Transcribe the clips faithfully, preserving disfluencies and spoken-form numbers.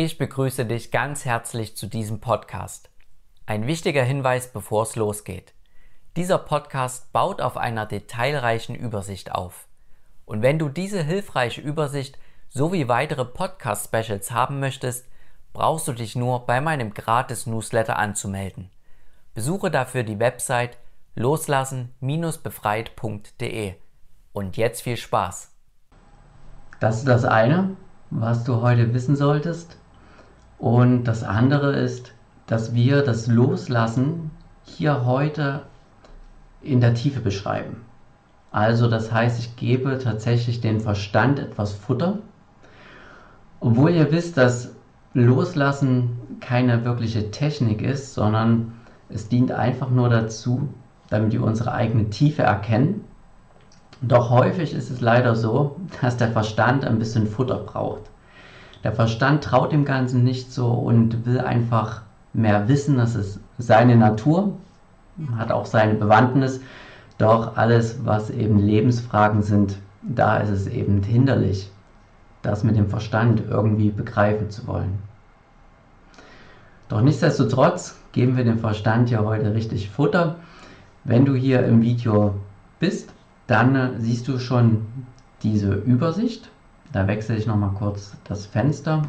Ich begrüße dich ganz herzlich zu diesem Podcast. Ein wichtiger Hinweis, bevor es losgeht. Dieser Podcast baut auf einer detailreichen Übersicht auf. Und wenn du diese hilfreiche Übersicht sowie weitere Podcast-Specials haben möchtest, brauchst du dich nur bei meinem Gratis-Newsletter anzumelden. Besuche dafür die Website loslassen Bindestrich befreit Punkt de. Und jetzt viel Spaß! Das ist das eine, was du heute wissen solltest. Und das andere ist, dass wir das Loslassen hier heute in der Tiefe beschreiben. Also das heißt, ich gebe tatsächlich den Verstand etwas Futter. Obwohl ihr wisst, dass Loslassen keine wirkliche Technik ist, sondern es dient einfach nur dazu, damit wir unsere eigene Tiefe erkennen. Doch häufig ist es leider so, dass der Verstand ein bisschen Futter braucht. Der Verstand traut dem Ganzen nicht so und will einfach mehr wissen. Das ist seine Natur, hat auch seine Bewandtnis. Doch alles, was eben Lebensfragen sind, da ist es eben hinderlich, das mit dem Verstand irgendwie begreifen zu wollen. Doch nichtsdestotrotz geben wir dem Verstand ja heute richtig Futter. Wenn du hier im Video bist, dann siehst du schon diese Übersicht. Da wechsle ich nochmal kurz das Fenster.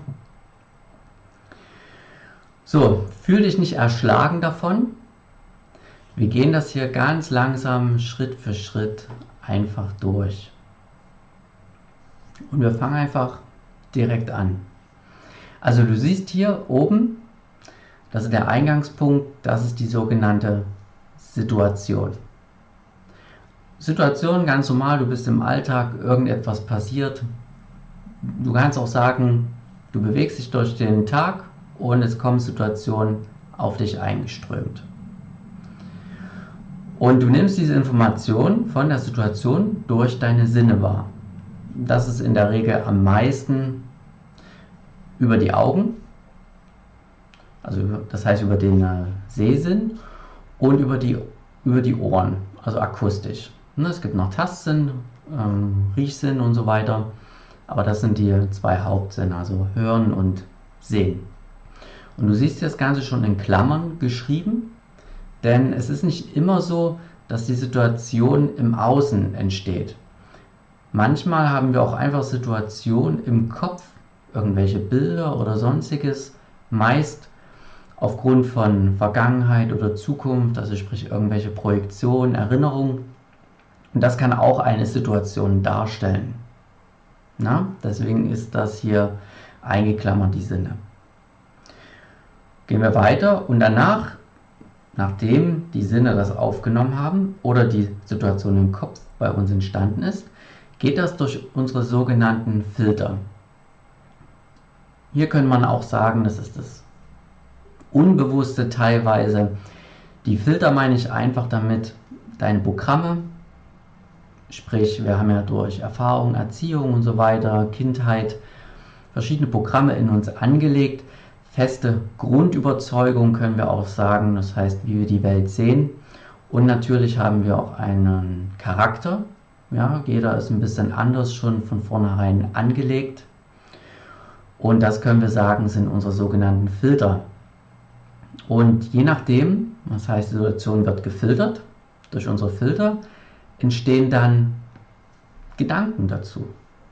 So, fühl dich nicht erschlagen davon. Wir gehen das hier ganz langsam, Schritt für Schritt einfach durch. Und wir fangen einfach direkt an. Also du siehst hier oben, das ist der Eingangspunkt, das ist die sogenannte Situation. Situation ganz normal, du bist im Alltag, irgendetwas passiert. Du kannst auch sagen, du bewegst dich durch den Tag und es kommen Situationen auf dich eingeströmt. Und du nimmst diese Information von der Situation durch deine Sinne wahr. Das ist in der Regel am meisten über die Augen, also das heißt über den äh, Sehsinn und über die, über die Ohren, also akustisch. Ne, es gibt noch Tastsinn, ähm, Riechsinn und so weiter, aber das sind die zwei Hauptsinne, also Hören und Sehen. Und du siehst das Ganze schon in Klammern geschrieben. Denn es ist nicht immer so, dass die Situation im Außen entsteht. Manchmal haben wir auch einfach Situationen im Kopf, irgendwelche Bilder oder sonstiges, meist aufgrund von Vergangenheit oder Zukunft, also sprich irgendwelche Projektionen, Erinnerungen. Und das kann auch eine Situation darstellen. Na, deswegen ist das hier eingeklammert, die Sinne. Gehen wir weiter und danach, nachdem die Sinne das aufgenommen haben oder die Situation im Kopf bei uns entstanden ist, geht das durch unsere sogenannten Filter. Hier könnte man auch sagen, das ist das Unbewusste teilweise. Die Filter meine ich einfach damit deine Programme, sprich wir haben ja durch Erfahrung, Erziehung und so weiter, Kindheit, verschiedene Programme in uns angelegt. Feste Grundüberzeugung können wir auch sagen, das heißt, wie wir die Welt sehen. Und natürlich haben wir auch einen Charakter. Ja, jeder ist ein bisschen anders schon von vornherein angelegt. Und das können wir sagen, sind unsere sogenannten Filter. Und je nachdem, das heißt, die Situation wird gefiltert, durch unsere Filter entstehen dann Gedanken dazu.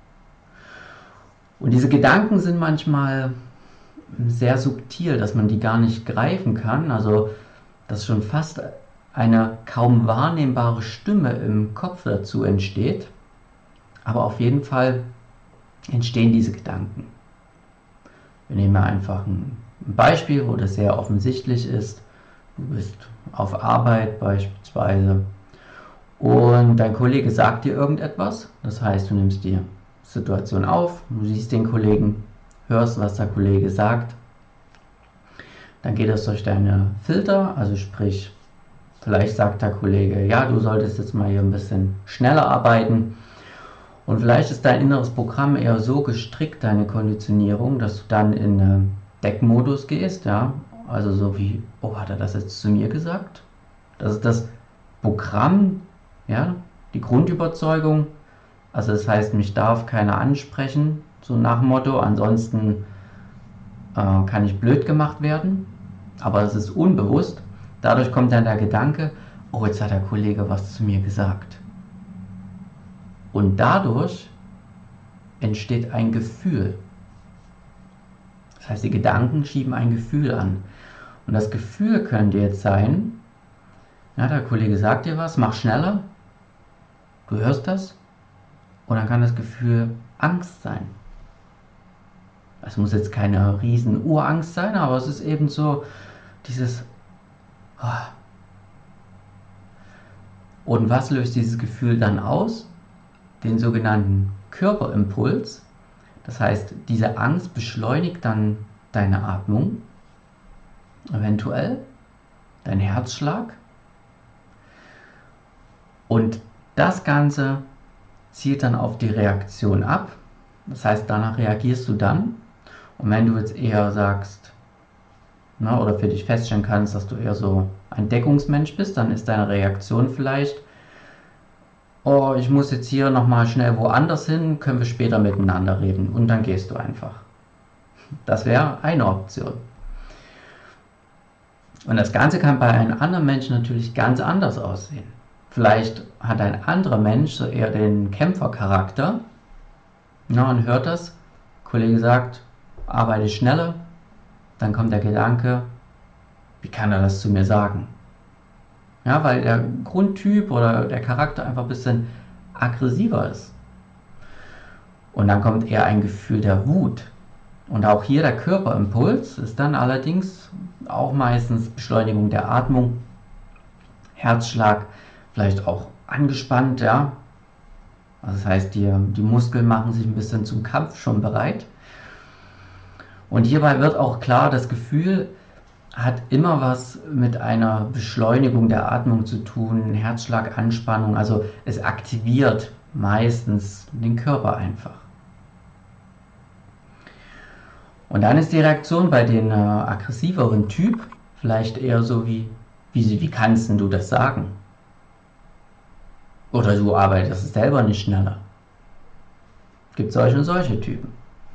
Und diese Gedanken sind manchmal sehr subtil, dass man die gar nicht greifen kann, also dass schon fast eine kaum wahrnehmbare Stimme im Kopf dazu entsteht, aber auf jeden Fall entstehen diese Gedanken. Wir nehmen einfach ein Beispiel, wo das sehr offensichtlich ist. Du bist auf Arbeit beispielsweise und dein Kollege sagt dir irgendetwas, das heißt, du nimmst die Situation auf, du siehst den Kollegen, hörst, was der Kollege sagt, dann geht das durch deine Filter, also sprich, vielleicht sagt der Kollege, ja, du solltest jetzt mal hier ein bisschen schneller arbeiten und vielleicht ist dein inneres Programm eher so gestrickt, deine Konditionierung, dass du dann in äh, Deckmodus gehst, ja, also so wie, oh, hat er das jetzt zu mir gesagt? Das ist das Programm, ja, die Grundüberzeugung, also das heißt, mich darf keiner ansprechen, so nach dem Motto, ansonsten äh, kann ich blöd gemacht werden, aber es ist unbewusst. Dadurch kommt dann der Gedanke, oh, jetzt hat der Kollege was zu mir gesagt. Und dadurch entsteht ein Gefühl. Das heißt, die Gedanken schieben ein Gefühl an. Und das Gefühl könnte jetzt sein, ja, der Kollege sagt dir was, mach schneller, du hörst das, und dann kann das Gefühl Angst sein. Es muss jetzt keine riesen Urangst sein, aber es ist eben so dieses... Oh. Und was löst dieses Gefühl dann aus? Den sogenannten Körperimpuls. Das heißt, diese Angst beschleunigt dann deine Atmung, eventuell dein Herzschlag. Und das Ganze zielt dann auf die Reaktion ab. Das heißt, danach reagierst du dann. Und wenn du jetzt eher sagst, na, oder für dich feststellen kannst, dass du eher so ein Deckungsmensch bist, dann ist deine Reaktion vielleicht, oh, ich muss jetzt hier nochmal schnell woanders hin, können wir später miteinander reden. Und dann gehst du einfach. Das wäre eine Option. Und das Ganze kann bei einem anderen Menschen natürlich ganz anders aussehen. Vielleicht hat ein anderer Mensch so eher den Kämpfercharakter. Na, und hört das. Der Kollege sagt, arbeite schneller. Dann kommt der Gedanke, wie kann er das zu mir sagen? Ja, weil der Grundtyp oder der Charakter einfach ein bisschen aggressiver ist. Und dann kommt eher ein Gefühl der Wut. Und auch hier der Körperimpuls ist dann allerdings auch meistens Beschleunigung der Atmung, Herzschlag, vielleicht auch angespannt, ja. Also das heißt, die, die Muskeln machen sich ein bisschen zum Kampf schon bereit. Und hierbei wird auch klar, das Gefühl hat immer was mit einer Beschleunigung der Atmung zu tun, Herzschlag, Anspannung, also es aktiviert meistens den Körper einfach. Und dann ist die Reaktion bei den äh, aggressiveren Typ vielleicht eher so wie, wie, wie kannst du das sagen? Oder du arbeitest selber nicht schneller. Es gibt solche und solche Typen.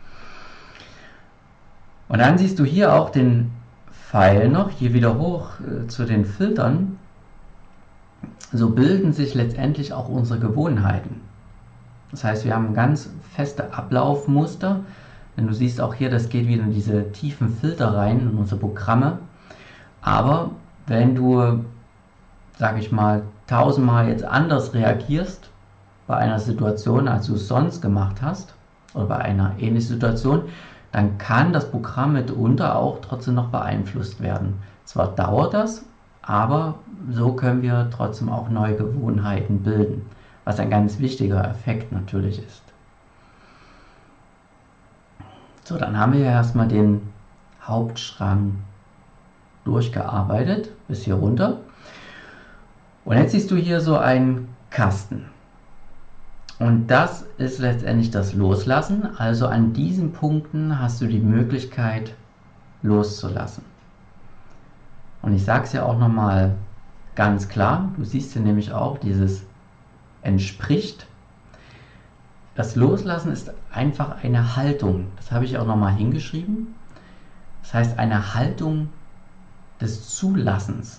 Und dann siehst du hier auch den Pfeil noch, hier wieder hoch äh, zu den Filtern. So bilden sich letztendlich auch unsere Gewohnheiten. Das heißt, wir haben ganz feste Ablaufmuster. Denn du siehst auch hier, das geht wieder in diese tiefen Filter rein, in unsere Programme. Aber wenn du, sage ich mal, tausendmal jetzt anders reagierst bei einer Situation, als du es sonst gemacht hast, oder bei einer ähnlichen Situation, dann kann das Programm mitunter auch trotzdem noch beeinflusst werden. Zwar dauert das, aber so können wir trotzdem auch neue Gewohnheiten bilden, was ein ganz wichtiger Effekt natürlich ist. So, dann haben wir ja erstmal den Hauptstrang durchgearbeitet, bis hier runter. Und jetzt siehst du hier so einen Kasten. Und das ist letztendlich das Loslassen. Also an diesen Punkten hast du die Möglichkeit loszulassen. Und ich sage es ja auch nochmal ganz klar, du siehst hier nämlich auch dieses entspricht. Das Loslassen ist einfach eine Haltung. Das habe ich auch nochmal hingeschrieben. Das heißt eine Haltung des Zulassens.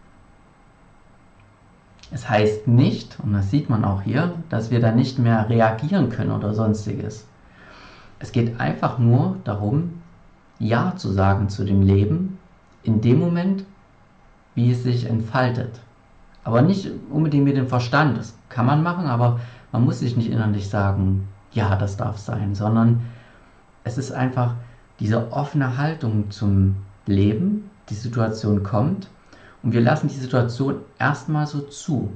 Es heißt nicht, und das sieht man auch hier, dass wir da nicht mehr reagieren können oder sonstiges. Es geht einfach nur darum, Ja zu sagen zu dem Leben in dem Moment, wie es sich entfaltet. Aber nicht unbedingt mit dem Verstand. Das kann man machen, aber man muss sich nicht innerlich sagen, ja, das darf sein, sondern es ist einfach diese offene Haltung zum Leben. Die Situation kommt und wir lassen die Situation erstmal so zu.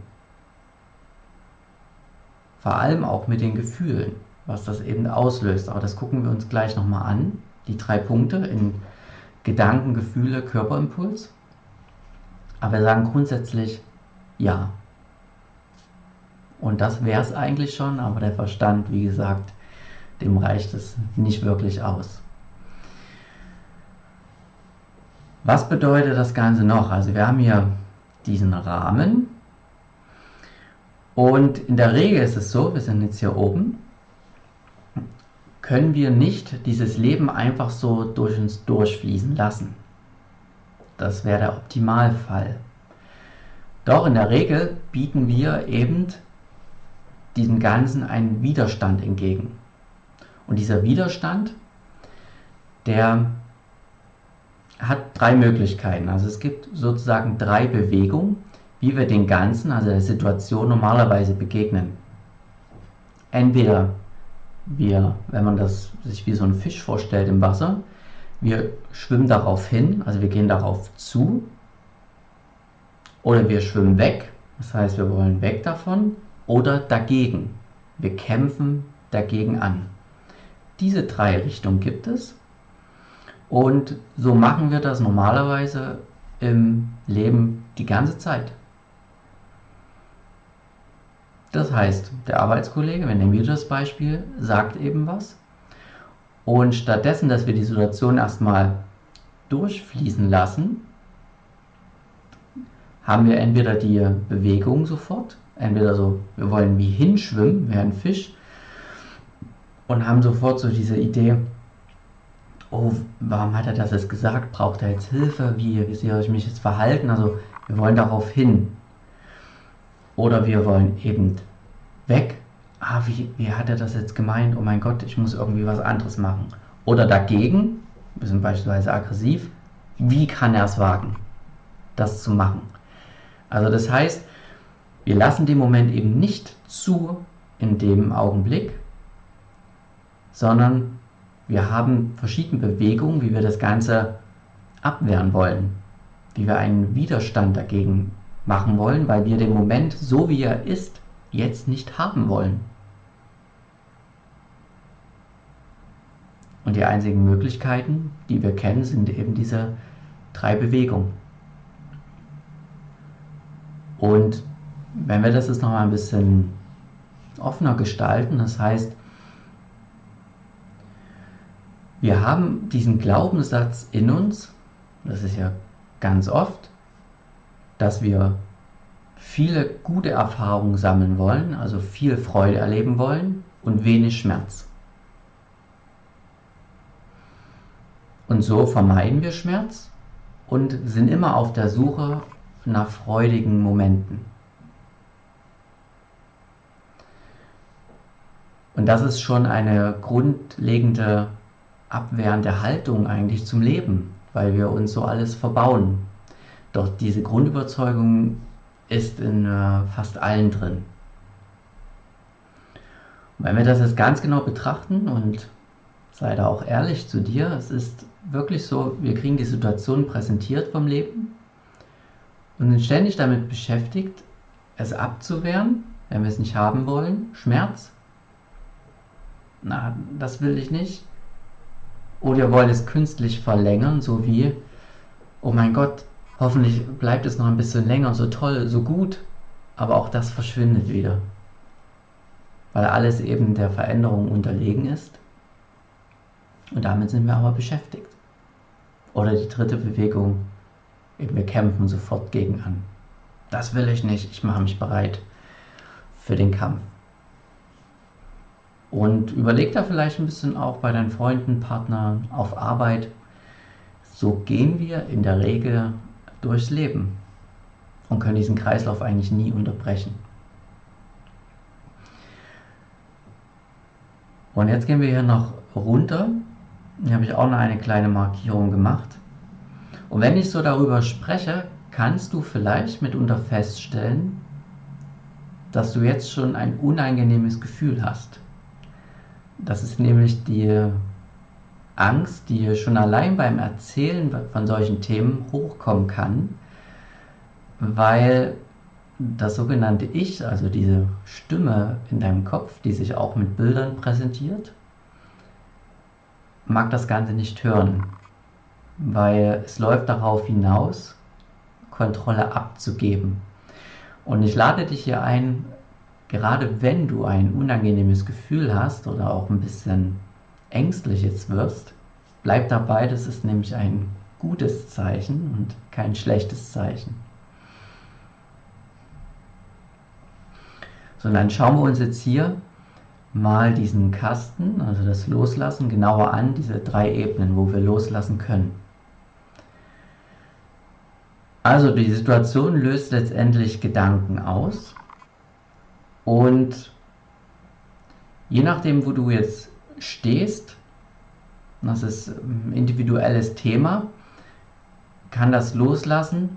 Vor allem auch mit den Gefühlen, was das eben auslöst. Aber das gucken wir uns gleich nochmal an. Die drei Punkte in Gedanken, Gefühle, Körperimpuls. Aber wir sagen grundsätzlich ja. Und das wäre es eigentlich schon, aber der Verstand, wie gesagt, dem reicht es nicht wirklich aus. Was bedeutet das Ganze noch? Also wir haben hier diesen Rahmen und in der Regel ist es so, wir sind jetzt hier oben, können wir nicht dieses Leben einfach so durch uns durchfließen lassen. Das wäre der Optimalfall. Doch in der Regel bieten wir eben diesem Ganzen einen Widerstand entgegen. Und dieser Widerstand, der hat drei Möglichkeiten. Also es gibt sozusagen drei Bewegungen, wie wir den Ganzen, also der Situation normalerweise begegnen. Entweder wir, wenn man das sich wie so ein Fisch vorstellt im Wasser, wir schwimmen darauf hin, also wir gehen darauf zu, oder wir schwimmen weg, das heißt wir wollen weg davon, oder dagegen, wir kämpfen dagegen an. Diese drei Richtungen gibt es und so machen wir das normalerweise im Leben die ganze Zeit. Das heißt, der Arbeitskollege, wir nehmen wieder das Beispiel, sagt eben was und stattdessen, dass wir die Situation erstmal durchfließen lassen, haben wir entweder die Bewegung sofort, entweder so, wir wollen wie hinschwimmen, wie ein Fisch und haben sofort so diese Idee, oh, warum hat er das jetzt gesagt, braucht er jetzt Hilfe, wie, wie soll ich mich jetzt verhalten, also wir wollen darauf hin. Oder wir wollen eben weg. Ah, wie, wie hat er das jetzt gemeint? Oh mein Gott, ich muss irgendwie was anderes machen. Oder dagegen, wir sind beispielsweise aggressiv, wie kann er es wagen, das zu machen? Also das heißt, wir lassen den Moment eben nicht zu in dem Augenblick, sondern wir haben verschiedene Bewegungen, wie wir das Ganze abwehren wollen, wie wir einen Widerstand dagegen machen wollen, weil wir den Moment, so wie er ist, jetzt nicht haben wollen. Und die einzigen Möglichkeiten, die wir kennen, sind eben diese drei Bewegungen. Und wenn wir das jetzt noch mal ein bisschen offener gestalten, das heißt, wir haben diesen Glaubenssatz in uns, das ist ja ganz oft, dass wir viele gute Erfahrungen sammeln wollen, also viel Freude erleben wollen und wenig Schmerz. Und so vermeiden wir Schmerz und sind immer auf der Suche nach freudigen Momenten. Und das ist schon eine grundlegende abwehrende Haltung eigentlich zum Leben, weil wir uns so alles verbauen. Doch diese Grundüberzeugung ist in äh, fast allen drin. Und wenn wir das jetzt ganz genau betrachten und sei da auch ehrlich zu dir, es ist wirklich so, wir kriegen die Situation präsentiert vom Leben und sind ständig damit beschäftigt, es abzuwehren, wenn wir es nicht haben wollen. Schmerz, na, das will ich nicht. Oder wir wollen es künstlich verlängern, so wie, oh mein Gott, hoffentlich bleibt es noch ein bisschen länger, so toll, so gut. Aber auch das verschwindet wieder, weil alles eben der Veränderung unterlegen ist. Und damit sind wir aber beschäftigt. Oder die dritte Bewegung, eben wir kämpfen sofort gegen an. Das will ich nicht, ich mache mich bereit für den Kampf. Und überleg da vielleicht ein bisschen auch bei deinen Freunden, Partnern, auf Arbeit. So gehen wir in der Regel durchs Leben und können diesen Kreislauf eigentlich nie unterbrechen. Und jetzt gehen wir hier noch runter. Hier habe ich auch noch eine kleine Markierung gemacht. Und wenn ich so darüber spreche, kannst du vielleicht mitunter feststellen, dass du jetzt schon ein unangenehmes Gefühl hast. Das ist nämlich die Angst, die schon allein beim Erzählen von solchen Themen hochkommen kann, weil das sogenannte Ich, also diese Stimme in deinem Kopf, die sich auch mit Bildern präsentiert, mag das Ganze nicht hören, weil es läuft darauf hinaus, Kontrolle abzugeben. Und ich lade dich hier ein, gerade wenn du ein unangenehmes Gefühl hast oder auch ein bisschen ängstlich jetzt wirst, bleib dabei, das ist nämlich ein gutes Zeichen und kein schlechtes Zeichen. So, dann schauen wir uns jetzt hier mal diesen Kasten, also das Loslassen, genauer an, diese drei Ebenen, wo wir loslassen können. Also die Situation löst letztendlich Gedanken aus und je nachdem, wo du jetzt stehst, das ist ein individuelles Thema, kann das Loslassen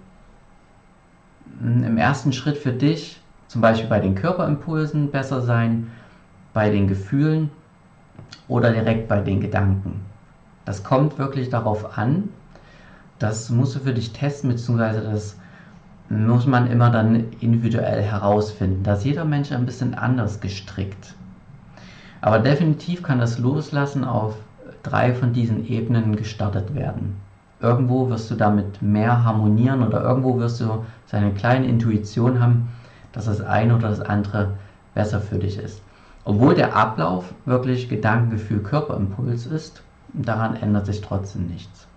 im ersten Schritt für dich zum Beispiel bei den Körperimpulsen besser sein, bei den Gefühlen oder direkt bei den Gedanken. Das kommt wirklich darauf an, das musst du für dich testen, beziehungsweise das muss man immer dann individuell herausfinden. Da ist jeder Mensch ein bisschen anders gestrickt. Aber definitiv kann das Loslassen auf drei von diesen Ebenen gestartet werden. Irgendwo wirst du damit mehr harmonieren oder irgendwo wirst du so eine kleine Intuition haben, dass das eine oder das andere besser für dich ist. Obwohl der Ablauf wirklich Gedankengefühl, Körperimpuls ist, daran ändert sich trotzdem nichts.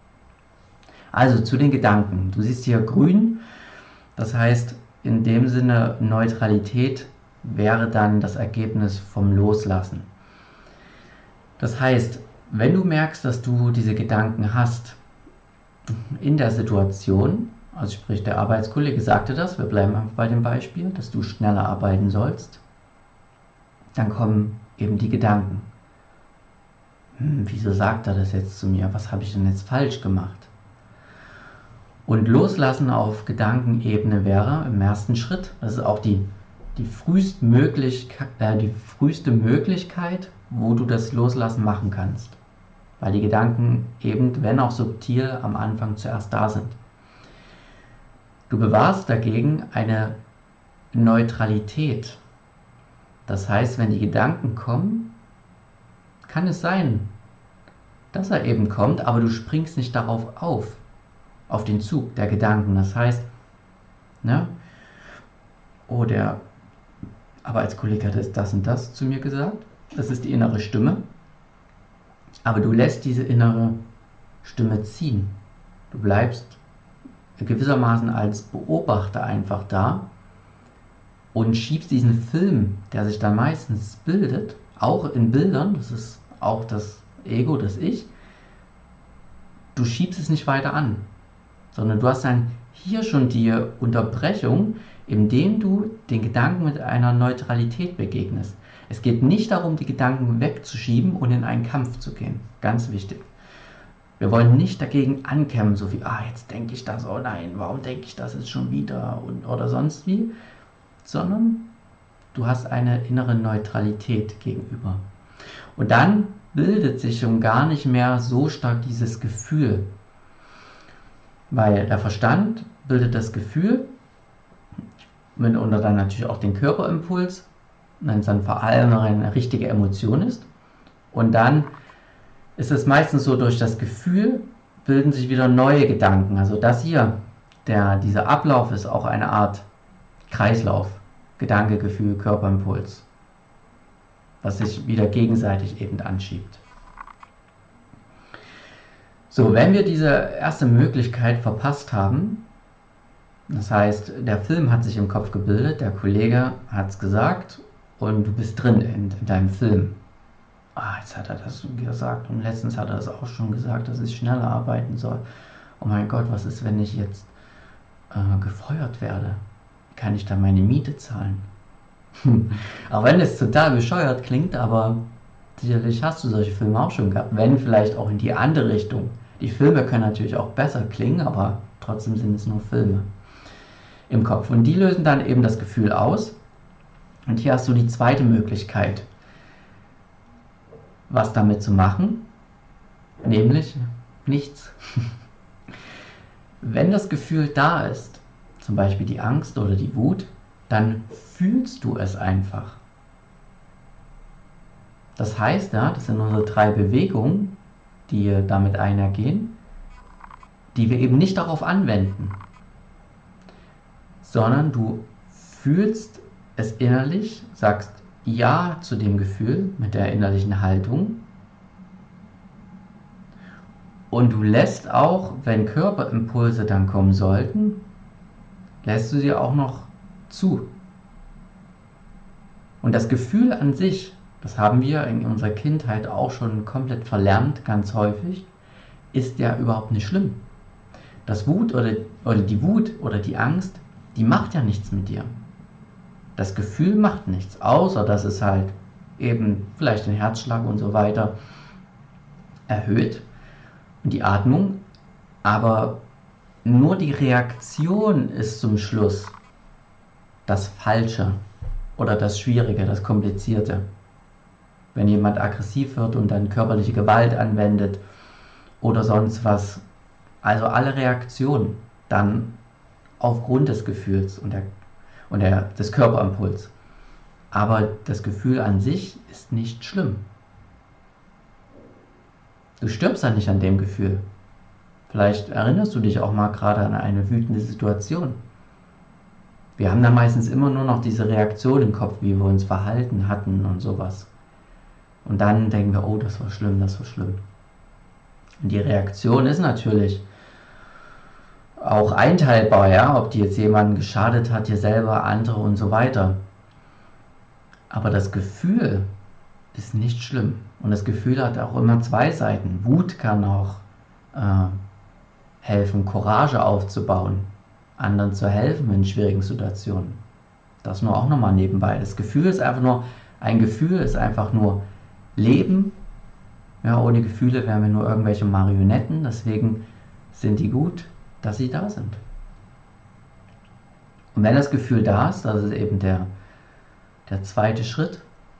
Also zu den Gedanken. Du siehst hier grün, das heißt in dem Sinne Neutralität wäre dann das Ergebnis vom Loslassen. Das heißt, wenn du merkst, dass du diese Gedanken hast in der Situation, also sprich der Arbeitskollege sagte das, wir bleiben einfach bei dem Beispiel, dass du schneller arbeiten sollst, dann kommen eben die Gedanken. Hm, wieso sagt er das jetzt zu mir? Was habe ich denn jetzt falsch gemacht? Und Loslassen auf Gedankenebene wäre im ersten Schritt, das ist auch die, die, frühestmöglich, äh, die früheste Möglichkeit, wo du das Loslassen machen kannst. Weil die Gedanken eben, wenn auch subtil, am Anfang zuerst da sind. Du bewahrst dagegen eine Neutralität. Das heißt, wenn die Gedanken kommen, kann es sein, dass er eben kommt, aber du springst nicht darauf auf. Auf den Zug der Gedanken. Das heißt, ne, oh, der Arbeitskollege hat das und das zu mir gesagt. Das ist die innere Stimme. Aber du lässt diese innere Stimme ziehen. Du bleibst gewissermaßen als Beobachter einfach da und schiebst diesen Film, der sich dann meistens bildet, auch in Bildern, das ist auch das Ego, das Ich, du schiebst es nicht weiter an. Sondern du hast dann hier schon die Unterbrechung, indem du den Gedanken mit einer Neutralität begegnest. Es geht nicht darum, die Gedanken wegzuschieben und in einen Kampf zu gehen. Ganz wichtig. Wir wollen nicht dagegen ankämpfen, so wie, ah, jetzt denke ich das, oh nein, warum denke ich das jetzt schon wieder und, oder sonst wie, sondern du hast eine innere Neutralität gegenüber. Und dann bildet sich schon gar nicht mehr so stark dieses Gefühl. Weil der Verstand bildet das Gefühl und dann natürlich auch den Körperimpuls, wenn es dann vor allem noch eine richtige Emotion ist. Und dann ist es meistens so, durch das Gefühl bilden sich wieder neue Gedanken. Also das hier, der, dieser Ablauf ist auch eine Art Kreislauf. Gedanke, Gefühl, Körperimpuls. Was sich wieder gegenseitig eben anschiebt. So, wenn wir diese erste Möglichkeit verpasst haben, das heißt, der Film hat sich im Kopf gebildet, der Kollege hat es gesagt und du bist drin in, in deinem Film. Ah, jetzt hat er das gesagt und letztens hat er das auch schon gesagt, dass ich schneller arbeiten soll. Oh mein Gott, was ist, wenn ich jetzt äh, gefeuert werde? Kann ich dann meine Miete zahlen? Auch wenn es total bescheuert klingt, aber sicherlich hast du solche Filme auch schon gehabt, wenn vielleicht auch in die andere Richtung. Die Filme können natürlich auch besser klingen, aber trotzdem sind es nur Filme im Kopf. Und die lösen dann eben das Gefühl aus. Und hier hast du die zweite Möglichkeit, was damit zu machen, nämlich nichts. Wenn das Gefühl da ist, zum Beispiel die Angst oder die Wut, dann fühlst du es einfach. Das heißt, ja, das sind unsere drei Bewegungen, die damit einhergehen, die wir eben nicht darauf anwenden, sondern du fühlst es innerlich, sagst Ja zu dem Gefühl mit der innerlichen Haltung und du lässt auch, wenn Körperimpulse dann kommen sollten, lässt du sie auch noch zu. Und das Gefühl an sich das haben wir in unserer Kindheit auch schon komplett verlernt, ganz häufig, ist ja überhaupt nicht schlimm. Das Wut oder, oder die Wut oder die Angst, die macht ja nichts mit dir. Das Gefühl macht nichts, außer dass es halt eben vielleicht den Herzschlag und so weiter erhöht und die Atmung, aber nur die Reaktion ist zum Schluss das Falsche oder das Schwierige, das Komplizierte. Wenn jemand aggressiv wird und dann körperliche Gewalt anwendet oder sonst was, also alle Reaktionen dann aufgrund des Gefühls und, der, und der, des Körperimpuls. Aber das Gefühl an sich ist nicht schlimm. Du stirbst ja nicht an dem Gefühl. Vielleicht erinnerst du dich auch mal gerade an eine wütende Situation. Wir haben dann meistens immer nur noch diese Reaktion im Kopf, wie wir uns verhalten hatten und sowas. Und dann denken wir, oh, das war schlimm, das war schlimm. Und die Reaktion ist natürlich auch einteilbar, ja, ob die jetzt jemanden geschadet hat, dir selber, andere und so weiter. Aber das Gefühl ist nicht schlimm. Und das Gefühl hat auch immer zwei Seiten. Wut kann auch äh, helfen, Courage aufzubauen, anderen zu helfen in schwierigen Situationen. Das nur auch nochmal nebenbei. Das Gefühl ist einfach nur, ein Gefühl ist einfach nur Leben. Ja, ohne Gefühle wären wir nur irgendwelche Marionetten. Deswegen sind die gut, dass sie da sind. Und wenn das Gefühl da ist, das ist eben der, der zweite Schritt,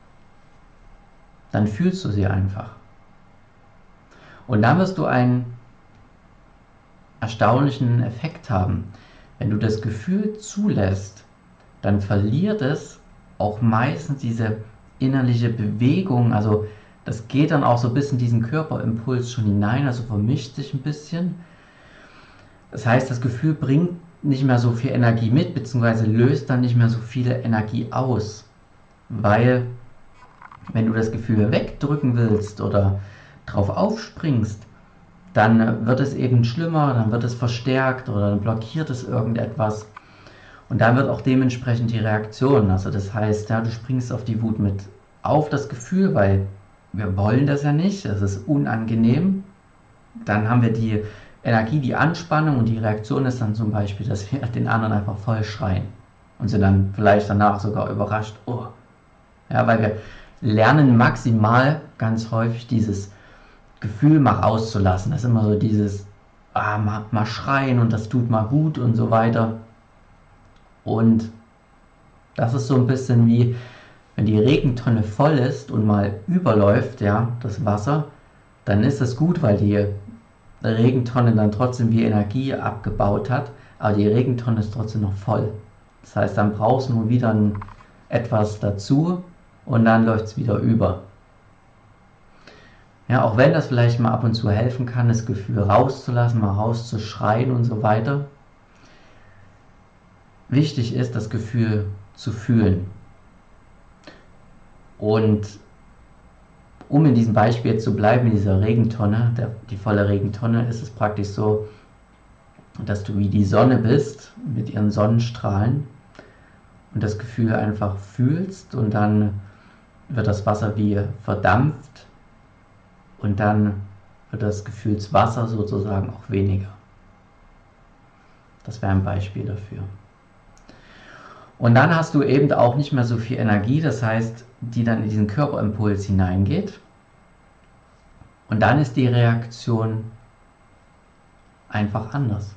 dann fühlst du sie einfach. Und dann wirst du einen erstaunlichen Effekt haben. Wenn du das Gefühl zulässt, dann verliert es auch meistens diese innerliche Bewegung, also das geht dann auch so ein bisschen in diesen Körperimpuls schon hinein, also vermischt sich ein bisschen. Das heißt, das Gefühl bringt nicht mehr so viel Energie mit, beziehungsweise löst dann nicht mehr so viel Energie aus, weil wenn du das Gefühl wegdrücken willst oder drauf aufspringst, dann wird es eben schlimmer, dann wird es verstärkt oder dann blockiert es irgendetwas und dann wird auch dementsprechend die Reaktion, also das heißt, ja, du springst auf die Wut mit auf das Gefühl, weil wir wollen das ja nicht, das ist unangenehm, dann haben wir die Energie, die Anspannung und die Reaktion ist dann zum Beispiel, dass wir den anderen einfach voll schreien und sind dann vielleicht danach sogar überrascht, oh, ja, weil wir lernen maximal ganz häufig dieses Gefühl mal auszulassen. Das ist immer so dieses, ah, mal, mal schreien und das tut mal gut und so weiter. Und das ist so ein bisschen wie, wenn die Regentonne voll ist und mal überläuft, ja, das Wasser, dann ist das gut, weil die Regentonne dann trotzdem wie Energie abgebaut hat, aber die Regentonne ist trotzdem noch voll. Das heißt, dann brauchst du nur wieder ein, etwas dazu und dann läuft es wieder über. Ja, auch wenn das vielleicht mal ab und zu helfen kann, das Gefühl rauszulassen, mal rauszuschreien und so weiter. Wichtig ist, das Gefühl zu fühlen. Und um in diesem Beispiel jetzt zu bleiben, in dieser Regentonne, der, die volle Regentonne, ist es praktisch so, dass du wie die Sonne bist mit ihren Sonnenstrahlen und das Gefühl einfach fühlst und dann wird das Wasser wie verdampft und dann wird das Gefühlswasser sozusagen auch weniger. Das wäre ein Beispiel dafür. Und dann hast du eben auch nicht mehr so viel Energie, das heißt, die dann in diesen Körperimpuls hineingeht. Und dann ist die Reaktion einfach anders.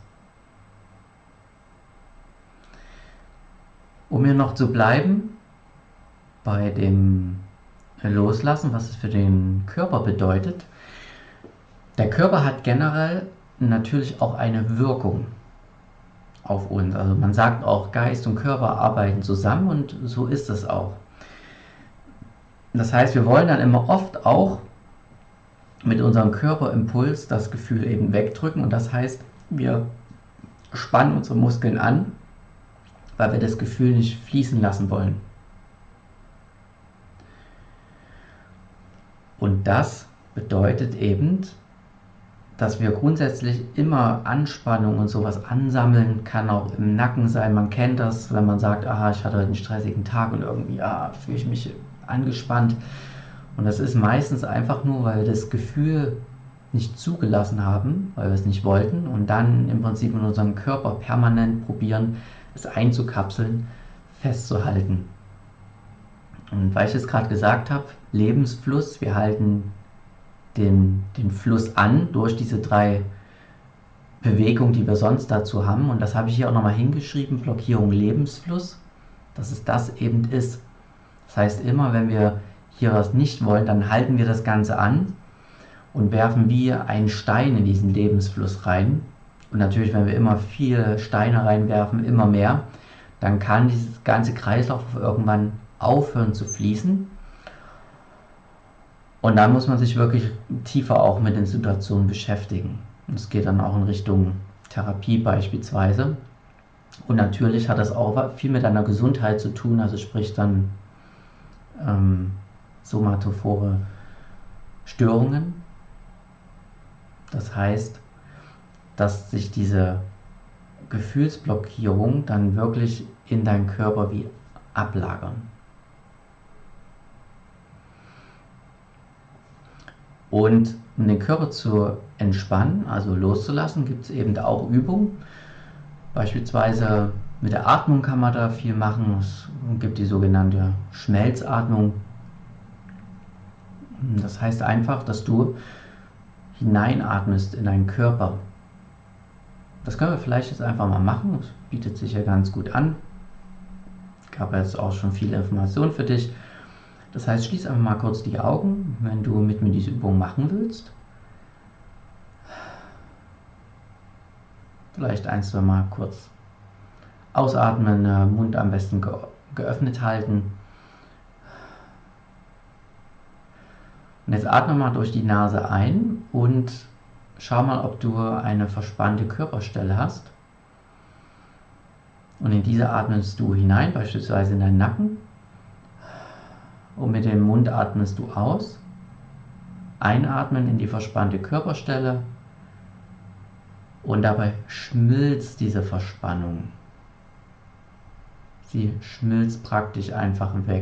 Um hier noch zu bleiben, bei dem Loslassen, was es für den Körper bedeutet. Der Körper hat generell natürlich auch eine Wirkung auf uns. Also man sagt auch, Geist und Körper arbeiten zusammen und so ist es auch. Das heißt, wir wollen dann immer oft auch mit unserem Körperimpuls das Gefühl eben wegdrücken und das heißt, wir spannen unsere Muskeln an, weil wir das Gefühl nicht fließen lassen wollen. Und das bedeutet eben, dass wir grundsätzlich immer Anspannung und sowas ansammeln, kann auch im Nacken sein. Man kennt das, wenn man sagt, aha, ich hatte einen stressigen Tag und irgendwie ah, fühle ich mich angespannt. Und das ist meistens einfach nur, weil wir das Gefühl nicht zugelassen haben, weil wir es nicht wollten und dann im Prinzip in unserem Körper permanent probieren, es einzukapseln, festzuhalten. Und weil ich es gerade gesagt habe, Lebensfluss, wir halten den, den Fluss an durch diese drei Bewegungen, die wir sonst dazu haben. Und das habe ich hier auch nochmal hingeschrieben, Blockierung Lebensfluss, dass es das eben ist. Das heißt, immer wenn wir hier was nicht wollen, dann halten wir das Ganze an und werfen wie einen Stein in diesen Lebensfluss rein. Und natürlich, wenn wir immer viele Steine reinwerfen, immer mehr, dann kann dieses ganze Kreislauf irgendwann aufhören zu fließen. Und da muss man sich wirklich tiefer auch mit den Situationen beschäftigen. Es geht dann auch in Richtung Therapie beispielsweise. Und natürlich hat das auch viel mit deiner Gesundheit zu tun, also sprich dann ähm, somatophore Störungen. Das heißt, dass sich diese Gefühlsblockierung dann wirklich in deinen Körper wie ablagern. Und um den Körper zu entspannen, also loszulassen, gibt es eben auch Übungen. Beispielsweise mit der Atmung kann man da viel machen. Es gibt die sogenannte Schmelzatmung. Das heißt einfach, dass du hineinatmest in deinen Körper. Das können wir vielleicht jetzt einfach mal machen. Das bietet sich ja ganz gut an. Ich habe jetzt auch schon viele Informationen für dich. Das heißt, schließ einfach mal kurz die Augen, wenn du mit mir diese Übung machen willst. Vielleicht ein, zwei Mal kurz ausatmen, Mund am besten ge geöffnet halten. Und jetzt atme mal durch die Nase ein und schau mal, ob du eine verspannte Körperstelle hast. Und in diese atmest du hinein, beispielsweise in deinen Nacken. Und mit dem Mund atmest du aus. Einatmen in die verspannte Körperstelle. Und dabei schmilzt diese Verspannung. Sie schmilzt praktisch einfach weg.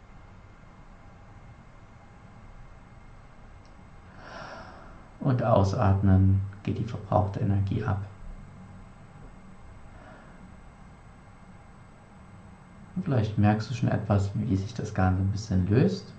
Und ausatmen geht die verbrauchte Energie ab. Und vielleicht merkst du schon etwas, wie sich das Ganze ein bisschen löst.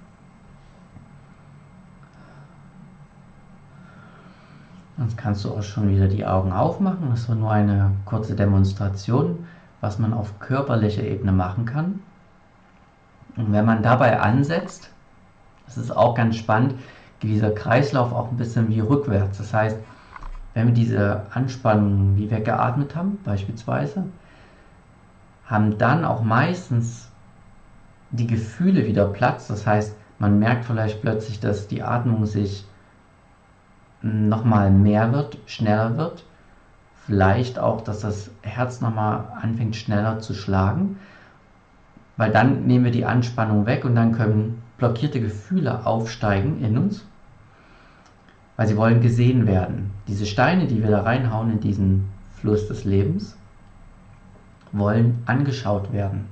Jetzt kannst du auch schon wieder die Augen aufmachen. Das war nur eine kurze Demonstration, was man auf körperlicher Ebene machen kann. Und wenn man dabei ansetzt, das ist auch ganz spannend, geht dieser Kreislauf auch ein bisschen wie rückwärts. Das heißt, wenn wir diese Anspannung wie weggeatmet haben, beispielsweise, haben dann auch meistens die Gefühle wieder Platz. Das heißt, man merkt vielleicht plötzlich, dass die Atmung sich nochmal mehr wird, schneller wird. Vielleicht auch, dass das Herz nochmal anfängt schneller zu schlagen, weil dann nehmen wir die Anspannung weg und dann können blockierte Gefühle aufsteigen in uns, weil sie wollen gesehen werden. Diese Steine, die wir da reinhauen in diesen Fluss des Lebens, wollen angeschaut werden.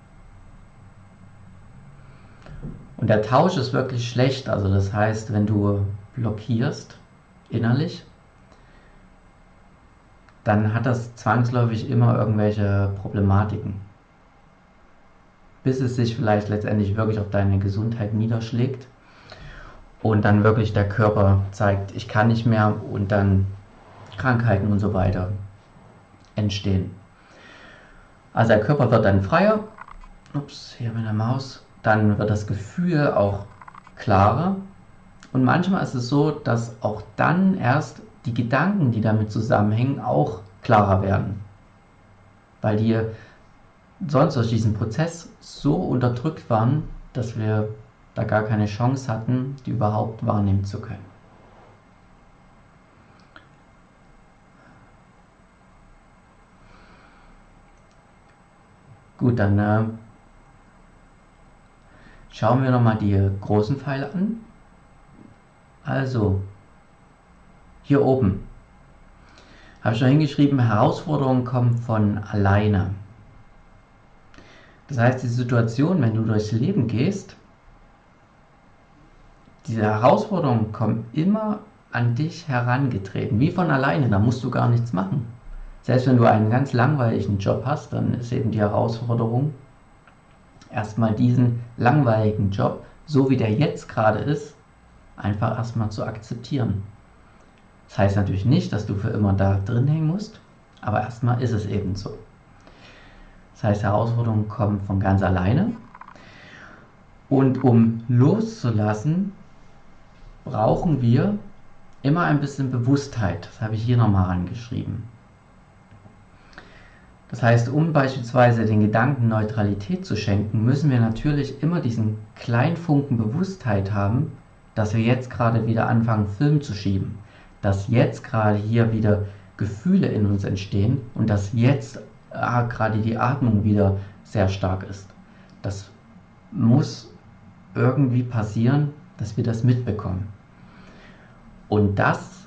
Und der Tausch ist wirklich schlecht, also das heißt, wenn du blockierst innerlich, dann hat das zwangsläufig immer irgendwelche Problematiken, bis es sich vielleicht letztendlich wirklich auf deine Gesundheit niederschlägt und dann wirklich der Körper zeigt, ich kann nicht mehr und dann Krankheiten und so weiter entstehen. Also der Körper wird dann freier, ups, hier mit der Maus, dann wird das Gefühl auch klarer und manchmal ist es so, dass auch dann erst die Gedanken, die damit zusammenhängen, auch klarer werden, weil die sonst durch diesen Prozess so unterdrückt waren, dass wir da gar keine Chance hatten, die überhaupt wahrnehmen zu können. Gut, dann äh, schauen wir nochmal die großen Pfeile an. Also, hier oben habe ich noch hingeschrieben, Herausforderungen kommen von alleine. Das heißt, die Situation, wenn du durchs Leben gehst, Diese Herausforderungen kommen immer an dich herangetreten, wie von alleine, da musst du gar nichts machen. Selbst wenn du einen ganz langweiligen Job hast, dann ist eben die Herausforderung, erstmal diesen langweiligen Job, so wie der jetzt gerade ist, einfach erstmal zu akzeptieren. Das heißt natürlich nicht, dass du für immer da drin hängen musst, aber erstmal ist es eben so. Das heißt, Herausforderungen kommen von ganz alleine. Und um loszulassen, brauchen wir immer ein bisschen Bewusstheit. Das habe ich hier nochmal rangeschrieben. Das heißt, um beispielsweise den Gedanken Neutralität zu schenken, müssen wir natürlich immer diesen kleinen Funken Bewusstheit haben, dass wir jetzt gerade wieder anfangen, Film zu schieben. Dass jetzt gerade hier wieder Gefühle in uns entstehen und dass jetzt ah, gerade die Atmung wieder sehr stark ist. Das muss irgendwie passieren, dass wir das mitbekommen. Und das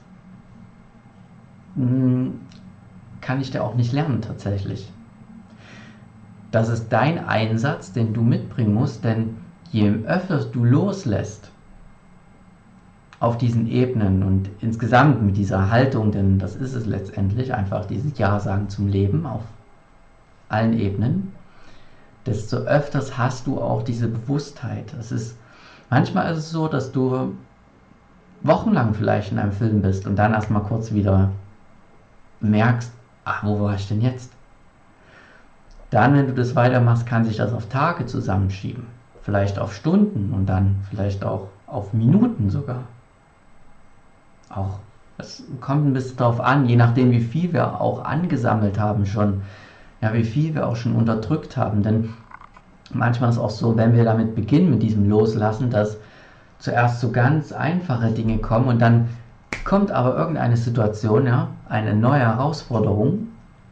mh, kann ich dir auch nicht lernen tatsächlich. Das ist dein Einsatz, den du mitbringen musst, denn je öfter du loslässt auf diesen Ebenen und insgesamt mit dieser Haltung, denn das ist es letztendlich, einfach dieses Ja sagen zum Leben auf allen Ebenen, desto öfters hast du auch diese Bewusstheit. Es ist, manchmal ist es so, dass du wochenlang vielleicht in einem Film bist und dann erstmal kurz wieder merkst, ach, wo war ich denn jetzt? Dann, wenn du das weitermachst, kann sich das auf Tage zusammenschieben. Vielleicht auf Stunden und dann vielleicht auch auf Minuten sogar. Auch, es kommt ein bisschen darauf an, je nachdem, wie viel wir auch angesammelt haben schon, ja, wie viel wir auch schon unterdrückt haben. Denn manchmal ist es auch so, wenn wir damit beginnen, mit diesem Loslassen, dass zuerst so ganz einfache Dinge kommen und dann kommt aber irgendeine Situation, ja, eine neue Herausforderung,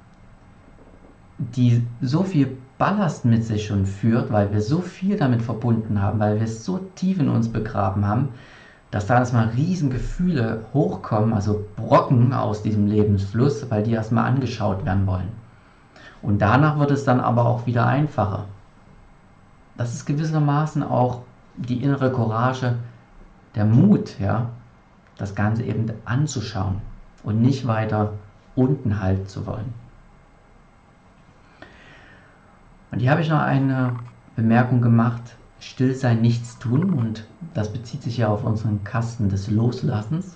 die so viel Ballast mit sich schon führt, weil wir so viel damit verbunden haben, weil wir es so tief in uns begraben haben, dass da erstmal riesen Gefühle hochkommen, also Brocken aus diesem Lebensfluss, weil die erstmal angeschaut werden wollen. Und danach wird es dann aber auch wieder einfacher. Das ist gewissermaßen auch die innere Courage, der Mut, ja, das Ganze eben anzuschauen und nicht weiter unten halten zu wollen. Und hier habe ich noch eine Bemerkung gemacht, still sein, nichts tun, und das bezieht sich ja auf unseren Kasten des Loslassens.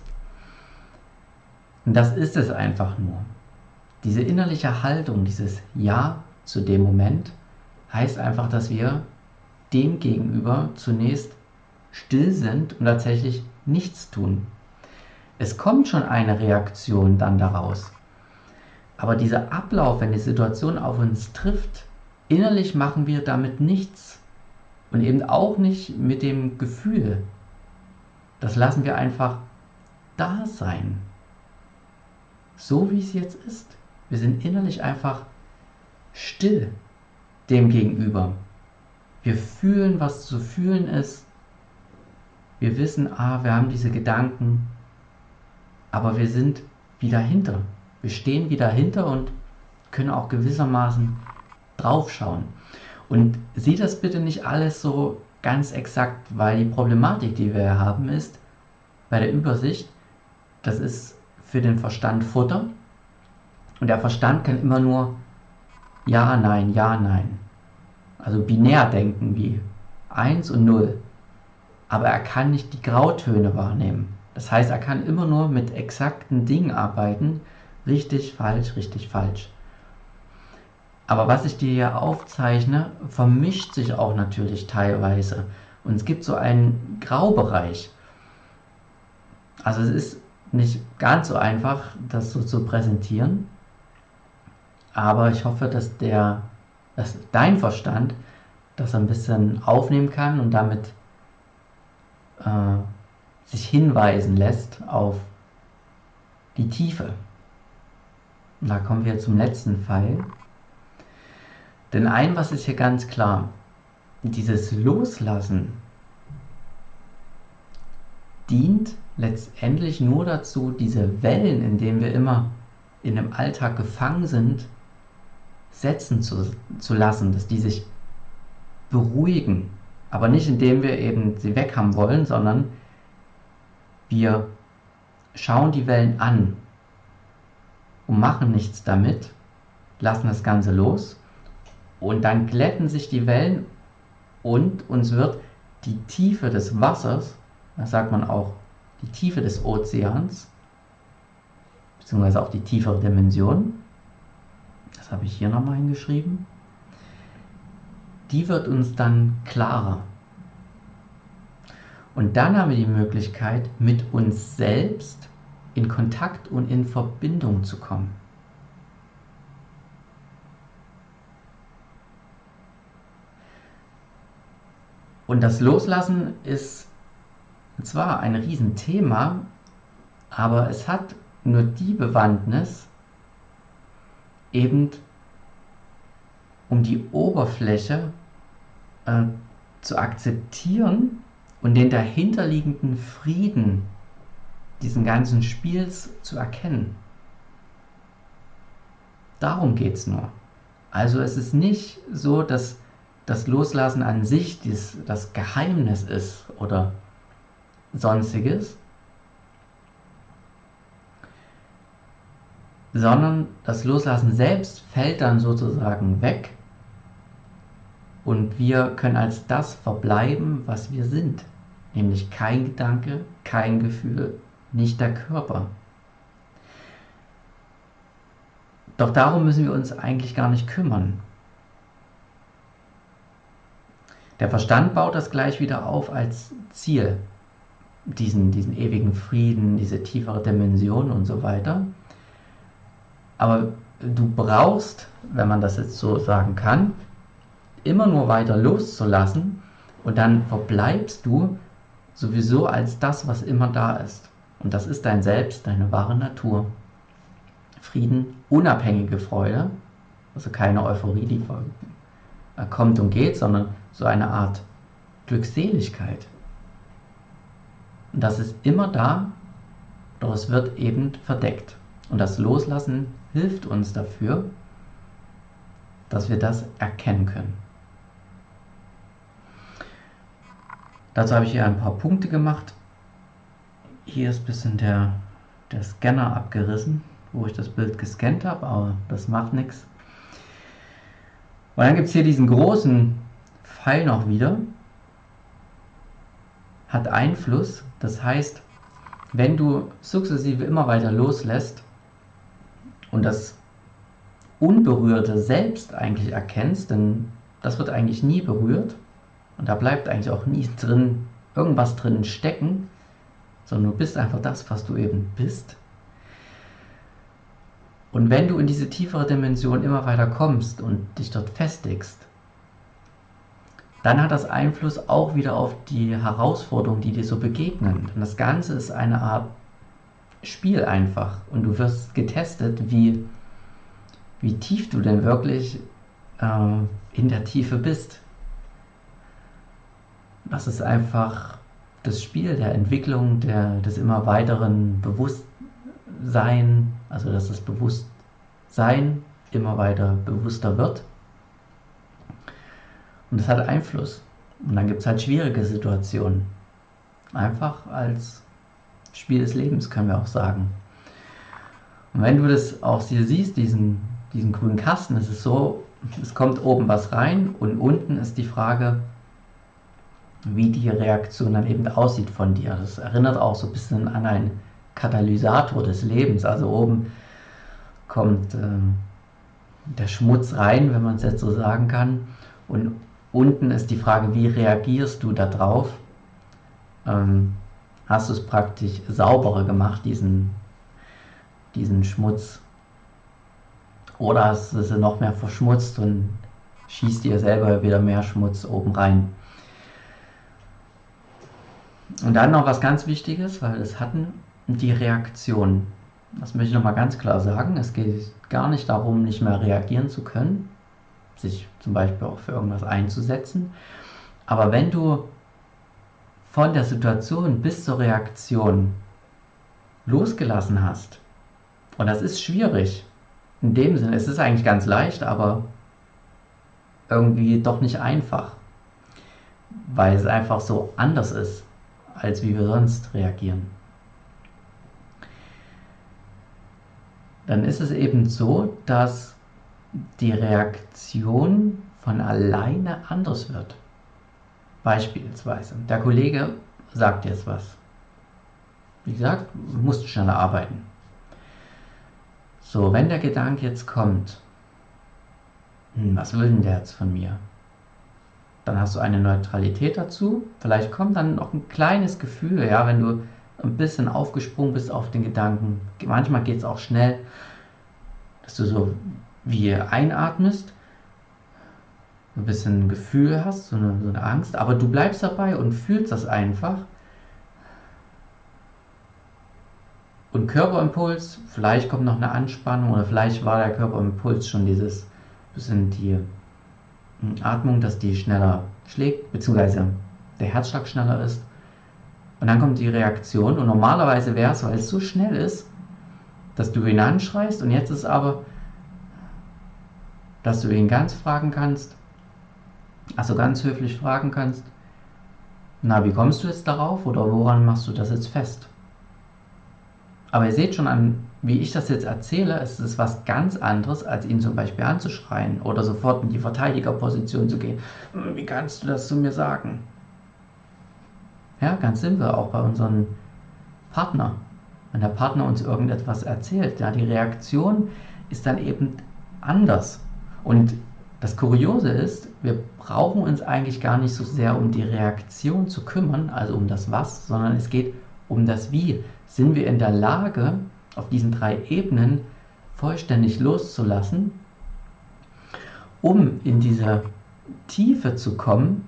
Und das ist es einfach nur. Diese innerliche Haltung, dieses Ja zu dem Moment, heißt einfach, dass wir dem gegenüber zunächst still sind und tatsächlich nichts tun. Es kommt schon eine Reaktion dann daraus. Aber dieser Ablauf, wenn die Situation auf uns trifft, innerlich machen wir damit nichts. Und eben auch nicht mit dem Gefühl. Das lassen wir einfach da sein. So wie es jetzt ist. Wir sind innerlich einfach still dem gegenüber. Wir fühlen, was zu fühlen ist. Wir wissen, ah, wir haben diese Gedanken, aber wir sind wieder dahinter. Wir stehen wieder dahinter und können auch gewissermaßen draufschauen. Und sieh das bitte nicht alles so ganz exakt, weil die Problematik, die wir haben, ist, bei der Übersicht, das ist für den Verstand Futter. Und der Verstand kann immer nur Ja, Nein, Ja, Nein. Also binär denken wie eins und null. Aber er kann nicht die Grautöne wahrnehmen. Das heißt, er kann immer nur mit exakten Dingen arbeiten. Richtig, falsch, richtig, falsch. Aber was ich dir hier aufzeichne, vermischt sich auch natürlich teilweise. Und es gibt so einen Graubereich. Also es ist nicht ganz so einfach, das so zu präsentieren. Aber ich hoffe, dass, der, dass dein Verstand das ein bisschen aufnehmen kann und damit äh, sich hinweisen lässt auf die Tiefe. Und da kommen wir zum letzten Pfeil. Denn ein was ist hier ganz klar, dieses Loslassen dient letztendlich nur dazu, diese Wellen, in denen wir immer in dem Alltag gefangen sind, setzen zu, zu lassen, dass die sich beruhigen. Aber nicht indem wir eben sie weg haben wollen, sondern Wir schauen die Wellen an und machen nichts damit, lassen das Ganze los und dann glätten sich die Wellen und uns wird die Tiefe des Wassers, das sagt man auch die Tiefe des Ozeans, beziehungsweise auch die tiefere Dimension, das habe ich hier nochmal hingeschrieben, die wird uns dann klarer. Und dann haben wir die Möglichkeit, mit uns selbst in Kontakt und in Verbindung zu kommen. Und das Loslassen ist zwar ein Riesenthema, aber es hat nur die Bewandtnis, eben um die Oberfläche äh, zu akzeptieren und den dahinterliegenden Frieden diesen ganzen Spiels zu erkennen. Darum geht es nur. Also es ist nicht so, dass das Loslassen an sich dies, das Geheimnis ist oder sonstiges, sondern das Loslassen selbst fällt dann sozusagen weg und wir können als das verbleiben, was wir sind, nämlich kein Gedanke, kein Gefühl, nicht der Körper. Doch darum müssen wir uns eigentlich gar nicht kümmern. Der Verstand baut das gleich wieder auf als Ziel, diesen, diesen ewigen Frieden, diese tiefere Dimension und so weiter. Aber du brauchst, wenn man das jetzt so sagen kann, immer nur weiter loszulassen und dann verbleibst du sowieso als das, was immer da ist. Und das ist dein Selbst, deine wahre Natur. Frieden, unabhängige Freude, also keine Euphorie, die kommt und geht, sondern so eine Art Glückseligkeit. Und das ist immer da, doch es wird eben verdeckt. Und das Loslassen hilft uns dafür, dass wir das erkennen können. Dazu habe ich hier ein paar Punkte gemacht. Hier ist ein bisschen der, der Scanner abgerissen, wo ich das Bild gescannt habe, aber das macht nichts. Und dann gibt es hier diesen großen Pfeil noch wieder. Hat Einfluss, das heißt, wenn du sukzessive immer weiter loslässt und das unberührte Selbst eigentlich erkennst, denn das wird eigentlich nie berührt und da bleibt eigentlich auch nie drin, irgendwas drin stecken, sondern du bist einfach das, was du eben bist. Und wenn du in diese tiefere Dimension immer weiter kommst und dich dort festigst, dann hat das Einfluss auch wieder auf die Herausforderungen, die dir so begegnen. Und das Ganze ist eine Art Spiel einfach. Und du wirst getestet, wie, wie tief du denn wirklich äh, in der Tiefe bist. Das ist einfach das Spiel der Entwicklung, der, des immer weiteren Bewusstsein, also dass das Bewusstsein immer weiter bewusster wird. Und das hat Einfluss. Und dann gibt es halt schwierige Situationen. Einfach als Spiel des Lebens, können wir auch sagen. Und wenn du das auch hier siehst, diesen, diesen grünen Kasten, ist es so, es kommt oben was rein und unten ist die Frage, wie die Reaktion dann eben aussieht von dir. Das erinnert auch so ein bisschen an einen Katalysator des Lebens. Also oben kommt äh, der Schmutz rein, wenn man es jetzt so sagen kann. Und unten ist die Frage, wie reagierst du da drauf? Ähm, hast du es praktisch sauberer gemacht, diesen, diesen Schmutz? Oder hast du es noch mehr verschmutzt und schießt dir selber wieder mehr Schmutz oben rein? Und dann noch was ganz Wichtiges, weil es hatten die Reaktion. Das möchte ich nochmal ganz klar sagen. Es geht gar nicht darum, nicht mehr reagieren zu können, sich zum Beispiel auch für irgendwas einzusetzen. Aber wenn du von der Situation bis zur Reaktion losgelassen hast, und das ist schwierig, in dem Sinne, es ist eigentlich ganz leicht, aber irgendwie doch nicht einfach, weil es einfach so anders ist, als wie wir sonst reagieren. dann ist es eben so, dass die Reaktion von alleine anders wird. Beispielsweise, der Kollege sagt jetzt was. Wie gesagt, musst schneller arbeiten. So, wenn der Gedanke jetzt kommt, hm, was will denn der jetzt von mir? Dann hast du eine Neutralität dazu. Vielleicht kommt dann noch ein kleines Gefühl, ja, wenn du ein bisschen aufgesprungen bist auf den Gedanken. Manchmal geht es auch schnell, dass du so wie einatmest, ein bisschen ein Gefühl hast, so eine, so eine Angst, aber du bleibst dabei und fühlst das einfach. Und Körperimpuls, vielleicht kommt noch eine Anspannung oder vielleicht war der Körperimpuls schon dieses bisschen die Atmung, dass die schneller schlägt, beziehungsweise der Herzschlag schneller ist. Und dann kommt die Reaktion und normalerweise wäre es, weil es so schnell ist, dass du ihn anschreist und jetzt ist aber, dass du ihn ganz fragen kannst, also ganz höflich fragen kannst, na, wie kommst du jetzt darauf oder woran machst du das jetzt fest? Aber ihr seht schon an, wie ich das jetzt erzähle, es ist was ganz anderes, als ihn zum Beispiel anzuschreien oder sofort in die Verteidigerposition zu gehen. Wie kannst du das zu mir sagen? Ja, ganz simpel, auch bei unserem Partner. Wenn der Partner uns irgendetwas erzählt, ja, die Reaktion ist dann eben anders. Und das Kuriose ist, wir brauchen uns eigentlich gar nicht so sehr um die Reaktion zu kümmern, also um das Was, sondern es geht um das Wie. Sind wir in der Lage, auf diesen drei Ebenen vollständig loszulassen, um in diese Tiefe zu kommen,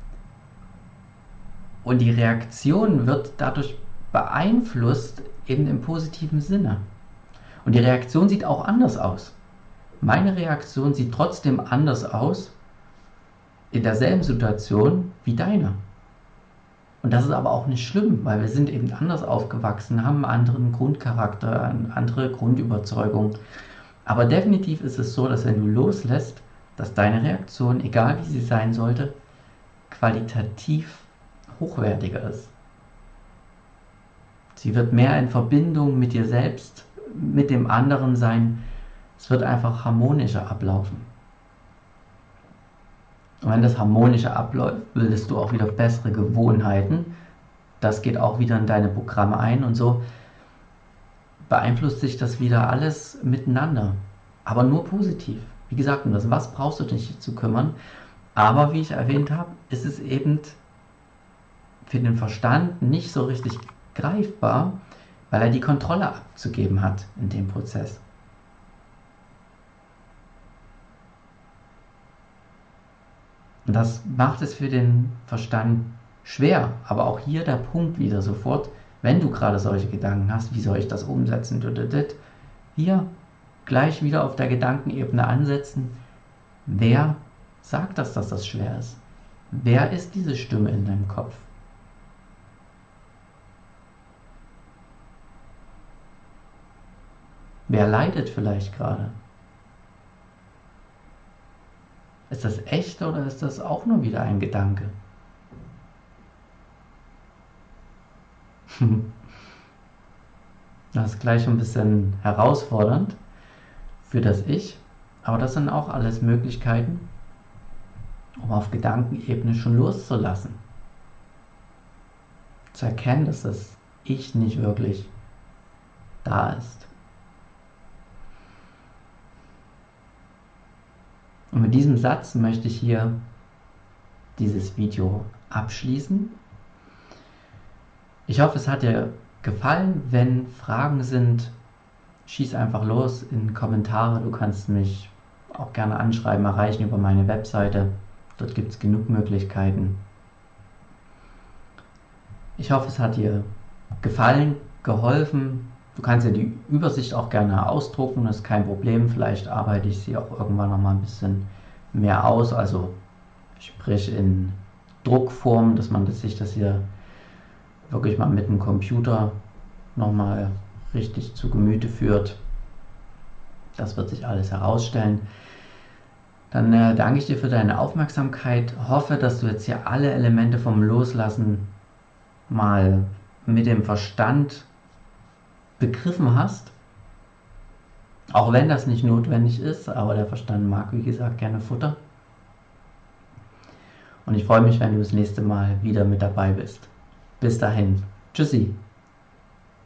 und die Reaktion wird dadurch beeinflusst eben im positiven Sinne. Und die Reaktion sieht auch anders aus. Meine Reaktion sieht trotzdem anders aus in derselben Situation wie deine. Und das ist aber auch nicht schlimm, weil wir sind eben anders aufgewachsen, haben einen anderen Grundcharakter, eine andere Grundüberzeugung. Aber definitiv ist es so, dass wenn du loslässt, dass deine Reaktion, egal wie sie sein sollte, qualitativ hochwertiger ist. Sie wird mehr in Verbindung mit dir selbst, mit dem anderen sein. Es wird einfach harmonischer ablaufen. Und wenn das harmonischer abläuft, bildest du auch wieder bessere Gewohnheiten. Das geht auch wieder in deine Programme ein und so beeinflusst sich das wieder alles miteinander. Aber nur positiv. Wie gesagt, um das Was brauchst du dich zu kümmern. Aber wie ich erwähnt habe, ist es eben für den Verstand nicht so richtig greifbar, weil er die Kontrolle abzugeben hat in dem Prozess. Und das macht es für den Verstand schwer. Aber auch hier der Punkt wieder sofort, wenn du gerade solche Gedanken hast, wie soll ich das umsetzen? Hier gleich wieder auf der Gedankenebene ansetzen. Wer sagt das, dass das schwer ist? Wer ist diese Stimme in deinem Kopf? Wer leidet vielleicht gerade? Ist das echt oder ist das auch nur wieder ein Gedanke? Das ist gleich ein bisschen herausfordernd für das Ich, aber das sind auch alles Möglichkeiten, um auf Gedankenebene schon loszulassen. Zu erkennen, dass das Ich nicht wirklich da ist. Und mit diesem Satz möchte ich hier dieses Video abschließen. Ich hoffe, es hat dir gefallen. Wenn Fragen sind, schieß einfach los in Kommentare. Du kannst mich auch gerne anschreiben, erreichen über meine Webseite. Dort gibt es genug Möglichkeiten. Ich hoffe, es hat dir gefallen, geholfen. Du kannst ja die Übersicht auch gerne ausdrucken, das ist kein Problem. Vielleicht arbeite ich sie auch irgendwann noch mal ein bisschen mehr aus, also sprich in Druckform, dass man sich das hier wirklich mal mit dem Computer nochmal richtig zu Gemüte führt. Das wird sich alles herausstellen. Dann äh, danke ich dir für deine Aufmerksamkeit. Hoffe, dass du jetzt hier alle Elemente vom Loslassen mal mit dem Verstand begriffen hast Auch wenn das nicht notwendig ist, aber der Verstand mag, wie gesagt, gerne Futter. Und ich freue mich, wenn du das nächste Mal wieder mit dabei bist. Bis dahin. Tschüssi.